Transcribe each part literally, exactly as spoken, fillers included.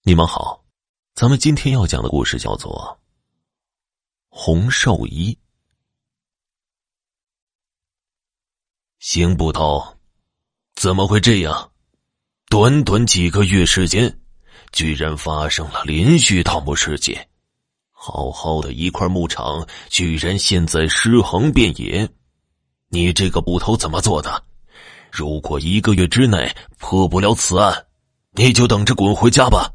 你们好，咱们今天要讲的故事叫做洪寿一。行不通，怎么会这样？短短几个月时间，居然发生了连续盗墓事件。好好的一块牧场，居然现在尸横遍野。你这个捕头怎么做的？如果一个月之内破不了此案，你就等着滚回家吧。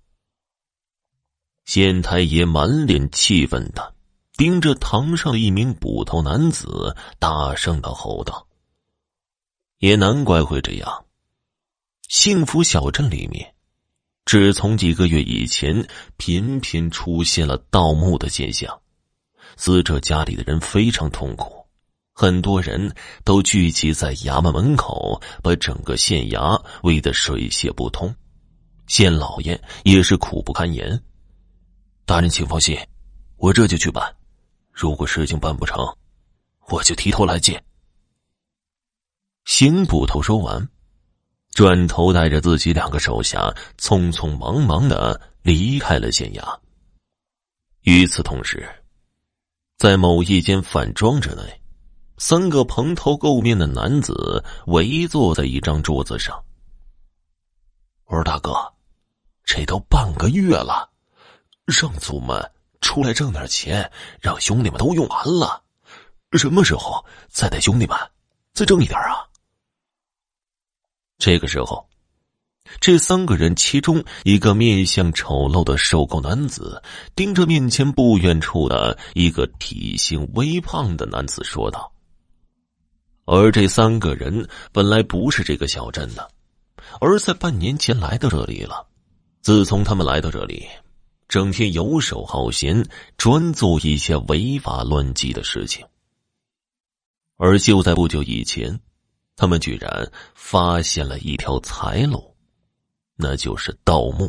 县太爷满脸气愤的盯着堂上的一名捕头男子，大声的吼道。也难怪会这样，幸福小镇里面只从几个月以前频频出现了盗墓的现象，死者家里的人非常痛苦，很多人都聚集在衙门门口，把整个县衙围得水泄不通。县老爷也是苦不堪言。大人请放心，我这就去办，如果事情办不成，我就提头来见。邢捕头说完，转头带着自己两个手下匆匆忙忙的离开了县衙。与此同时，在某一间饭庄之内，三个蓬头垢面的男子围坐在一张桌子上。我说大哥，这都半个月了，让祖们出来挣点钱，让兄弟们都用完了，什么时候再带兄弟们再挣一点啊？这个时候，这三个人其中一个面相丑陋的瘦狗男子盯着面前不远处的一个体型微胖的男子说道。而这三个人本来不是这个小镇的，而在半年前来到这里了。自从他们来到这里，整天游手好闲，专做一些违法乱纪的事情。而就在不久以前，他们居然发现了一条财路，那就是盗墓。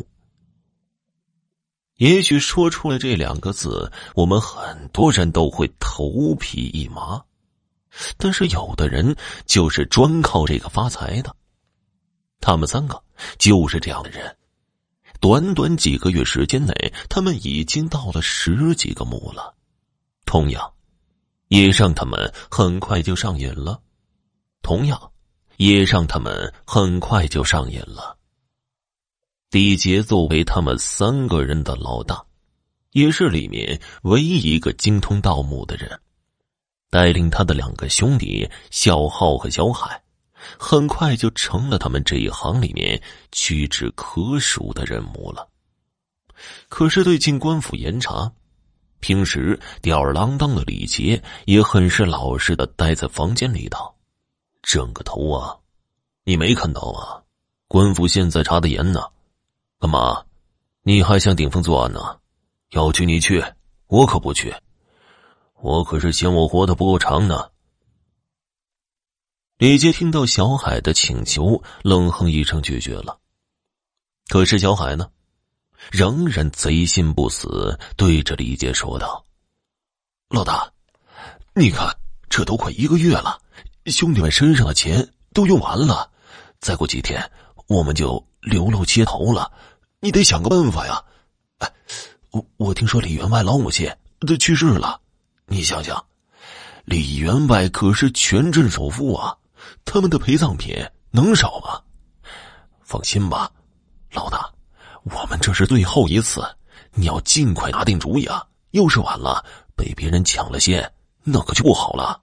也许说出来这两个字，我们很多人都会头皮一麻，但是有的人就是专靠这个发财的。他们三个就是这样的人，短短几个月时间内，他们已经盗了十几个墓了。同样，也让他们很快就上瘾了。同样，也让他们很快就上瘾了。李杰作为他们三个人的老大，也是里面唯一一个精通盗墓的人，带领他的两个兄弟小浩和小海，很快就成了他们这一行里面屈指可数的人物了。可是对进官府严查，平时吊儿郎当的李杰也很是老实的待在房间里头。整个头啊，你没看到啊？官府现在查得严呢，干嘛？你还想顶风作案呢？要去你去，我可不去，我可是嫌我活得不够长呢。李杰听到小海的请求，冷哼一声拒绝了。可是小海呢，仍然贼心不死，对着李杰说道：老大，你看这都快一个月了，兄弟们身上的钱都用完了，再过几天我们就流落街头了，你得想个办法呀。哎，我我听说李员外老母亲都去世了，你想想，李员外可是全镇首富啊，他们的陪葬品能少吗？放心吧，老大，我们这是最后一次，你要尽快拿定主意啊，要是晚了被别人抢了先，那可就不好了。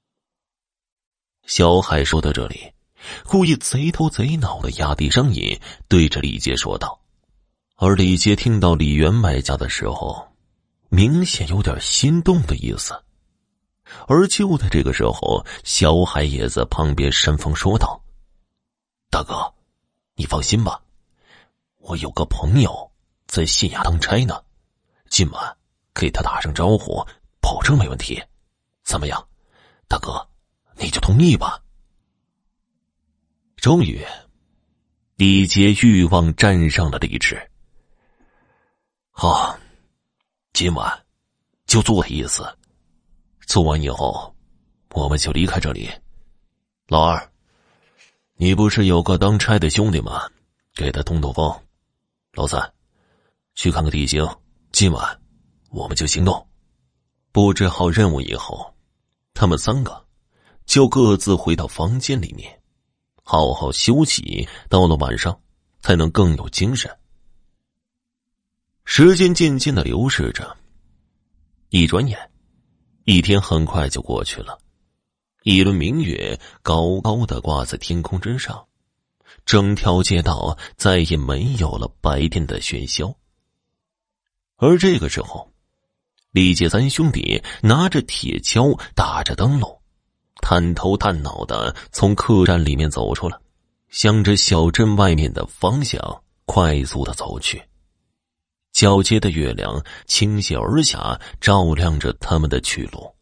小海说到这里，故意贼头贼脑的压低声音，对着李杰说道。而李杰听到李员外家的时候，明显有点心动的意思。而就在这个时候，小海也在旁边煽风说道：大哥，你放心吧，我有个朋友在县衙当差呢，今晚给他打声招呼，保证没问题。怎么样，大哥，你就同意吧。终于，李杰欲望战胜了理智。好，今晚就做他一次，做完以后我们就离开这里。老二，你不是有个当差的兄弟吗？给他通通风。老三， 去看个地形，今晚我们就行动。布置好任务以后，他们三个就各自回到房间里面，好好休息，到了晚上才能更有精神。时间渐渐的流逝着，一转眼，一天很快就过去了。一轮明月高高的挂在天空之上，整条街道再也没有了白天的喧嚣。而这个时候，李杰三兄弟拿着铁锹，打着灯笼，探头探脑的从客栈里面走出来，向着小镇外面的方向快速的走去。皎洁的月亮倾泻而下，照亮着他们的去路。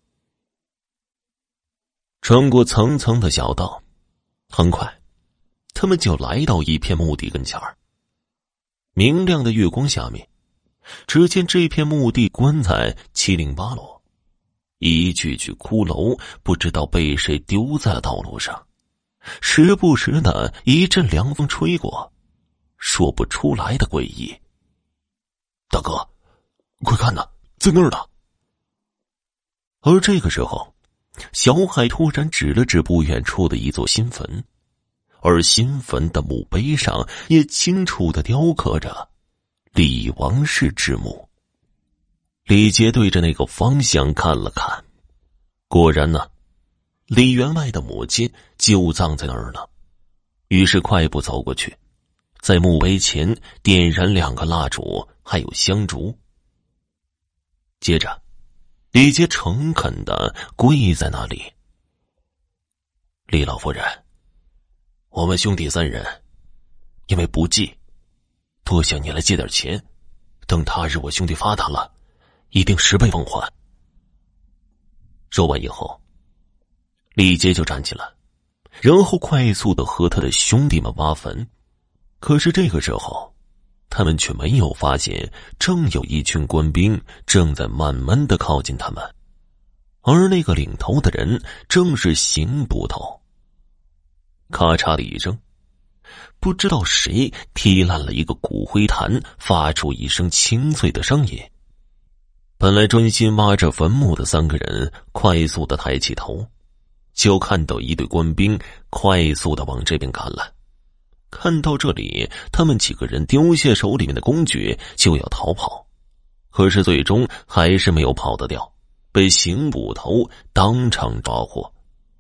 穿过层层的小道，很快他们就来到一片墓地跟前儿。明亮的月光下面，只见这片墓地棺材七零八落，一具具骷髅不知道被谁丢在了道路上，时不时的一阵凉风吹过，说不出来的诡异。大哥，快看呐，在那儿呢！而这个时候，小海突然指了指不远处的一座新坟，而新坟的墓碑上也清楚地雕刻着李王氏之墓。李杰对着那个方向看了看，果然呢，李员外的母亲就葬在那儿了。于是快步走过去，在墓碑前点燃两个蜡烛还有香烛。接着李杰诚恳地跪在那里。李老夫人，我们兄弟三人因为不济，多向你来借点钱，等他日我兄弟发达了，一定十倍奉还。说完以后，李杰就站起来，然后快速地和他的兄弟们挖坟。可是这个时候，他们却没有发现正有一群官兵正在慢慢地靠近他们，而那个领头的人正是邢捕头。咔嚓的一声，不知道谁踢烂了一个骨灰坛，发出一声清脆的声音。本来专心挖着坟墓的三个人快速地抬起头，就看到一队官兵快速地往这边赶来。看到这里，他们几个人丢下手里面的工具就要逃跑，可是最终还是没有跑得掉，被邢捕头当场抓获。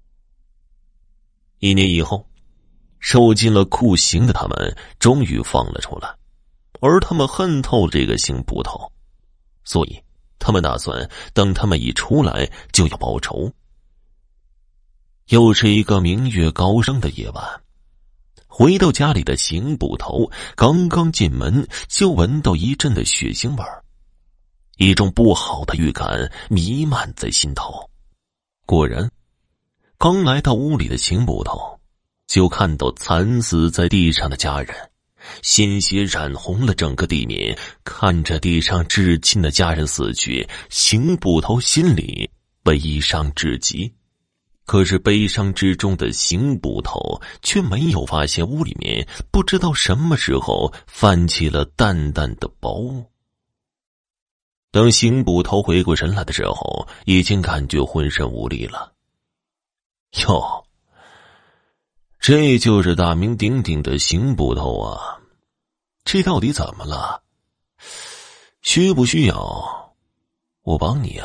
一年以后，受尽了酷刑的他们终于放了出来，而他们恨透这个邢捕头，所以他们打算等他们一出来就要报仇。又是一个明月高升的夜晚，回到家里的邢捕头刚刚进门，就闻到一阵的血腥味儿，一种不好的预感弥漫在心头。果然，刚来到屋里的邢捕头就看到惨死在地上的家人，鲜血染红了整个地面。看着地上至亲的家人死去，邢捕头心里悲伤至极。可是悲伤之中的邢捕头却没有发现屋里面不知道什么时候泛起了淡淡的薄雾。等邢捕头回过神来的时候，已经感觉浑身无力了。哟，这就是大名鼎鼎的邢捕头啊，这到底怎么了？需不需要我帮你啊？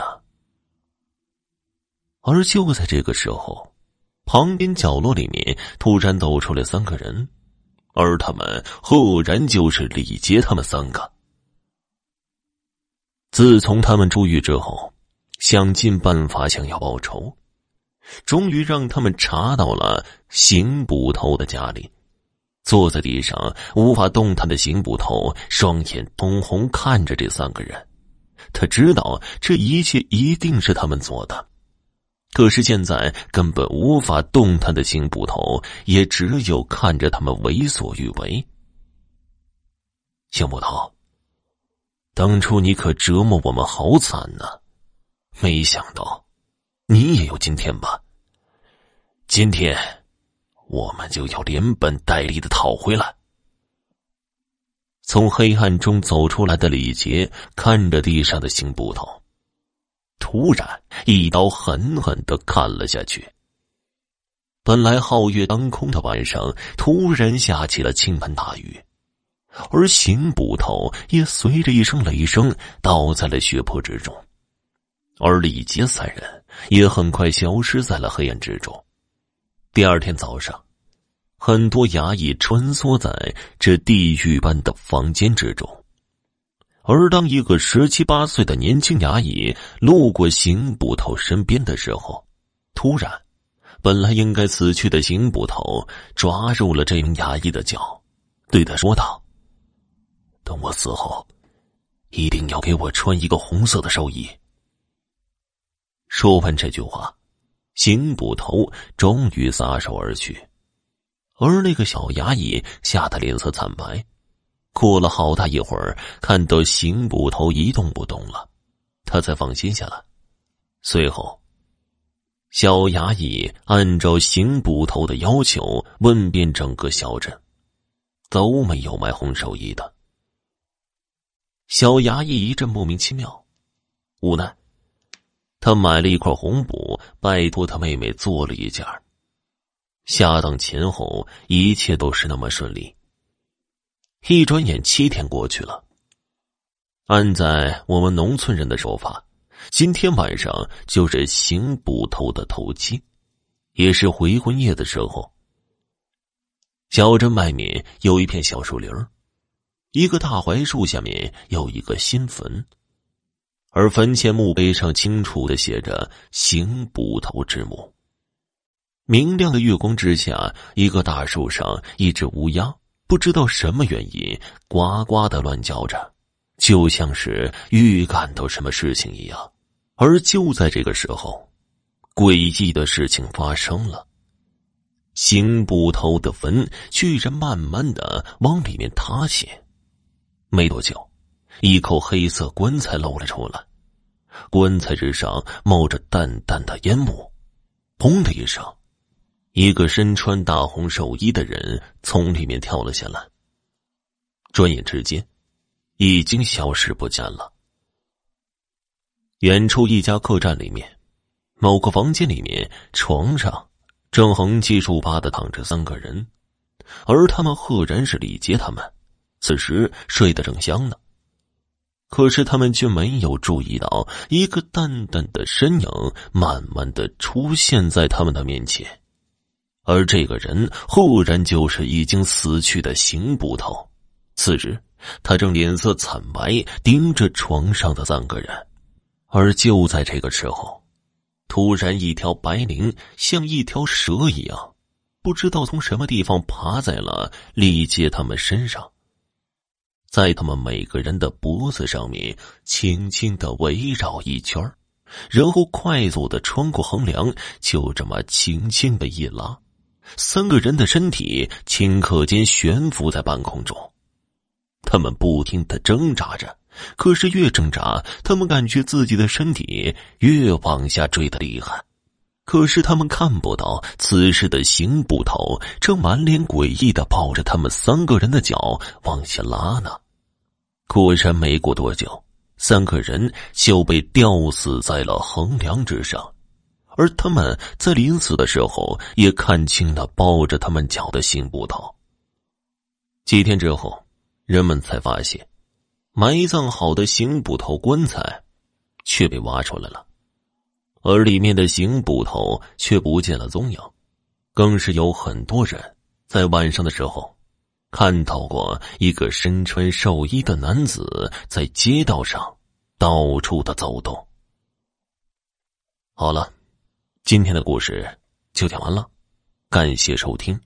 而就在这个时候，旁边角落里面突然走出来三个人，而他们赫然就是李杰他们三个。自从他们出狱之后，想尽办法想要报仇，终于让他们查到了邢捕头的家里。坐在地上无法动弹的邢捕头双眼通红看着这三个人，他知道这一切一定是他们做的。可是现在根本无法动弹的邢捕头也只有看着他们为所欲为。邢捕头，当初你可折磨我们好惨呢，没想到你也有今天吧？今天我们就要连本带利的讨回来。 从黑暗中走出来的李杰看着地上的邢捕头，突然一刀狠狠地砍了下去。本来皓月当空的晚上突然下起了倾盆大雨，而邢捕头也随着一声雷声倒在了血泊之中，而李杰三人也很快消失在了黑暗之中。第二天早上，很多衙役穿梭在这地狱般的房间之中，而当一个十七八岁的年轻衙役路过邢捕头身边的时候，突然本来应该死去的邢捕头抓住了这名衙役的脚，对他说道：等我死后一定要给我穿一个红色的寿衣。说完这句话，邢捕头终于撒手而去，而那个小衙役吓得脸色惨白，过了好大一会儿，看到邢捕头一动不动了，他才放心下来。随后小衙役按照邢捕头的要求问遍整个小镇，都没有卖红寿衣的。小衙役一阵莫名其妙，无奈他买了一块红布，拜托他妹妹做了一件。下当前后一切都是那么顺利。一转眼七天过去了，按在我们农村人的手法，今天晚上就是邢捕头的头七，也是回魂夜的时候。小镇外面有一片小树林，一个大槐树下面有一个新坟，而坟前墓碑上清楚地写着邢捕头之墓。明亮的月光之下，一个大树上一只乌鸦不知道什么原因呱呱地乱叫着，就像是预感到什么事情一样。而就在这个时候，诡异的事情发生了，邢捕头的坟居然慢慢地往里面塌陷。没多久，一口黑色棺材露了出来，棺材之上冒着淡淡的烟雾。砰的一声，一个身穿大红寿衣的人从里面跳了下来，转眼之间已经消失不见了。远处一家客栈里面，某个房间里面，床上正横七竖八地躺着三个人，而他们赫然是李杰他们，此时睡得正香呢。可是他们却没有注意到，一个淡淡的身影慢慢地出现在他们的面前，而这个人忽然就是已经死去的邢捕头。次日，他正脸色惨白盯着床上的三个人，而就在这个时候，突然一条白绫像一条蛇一样，不知道从什么地方爬在了李杰他们身上，在他们每个人的脖子上面轻轻地围绕一圈，然后快速地穿过横梁，就这么轻轻地一拉，三个人的身体顷刻间悬浮在半空中。他们不停地挣扎着，可是越挣扎，他们感觉自己的身体越往下坠得厉害。可是他们看不到，此时的邢捕头正满脸诡异地抱着他们三个人的脚往下拉呢。果然没过多久，三个人就被吊死在了横梁之上，而他们在临死的时候也看清了抱着他们脚的邢捕头。几天之后，人们才发现，埋葬好的邢捕头棺材却被挖出来了，而里面的邢捕头却不见了踪影。更是有很多人在晚上的时候看到过一个身穿寿衣的男子在街道上到处的走动。好了，今天的故事就讲完了，感谢收听。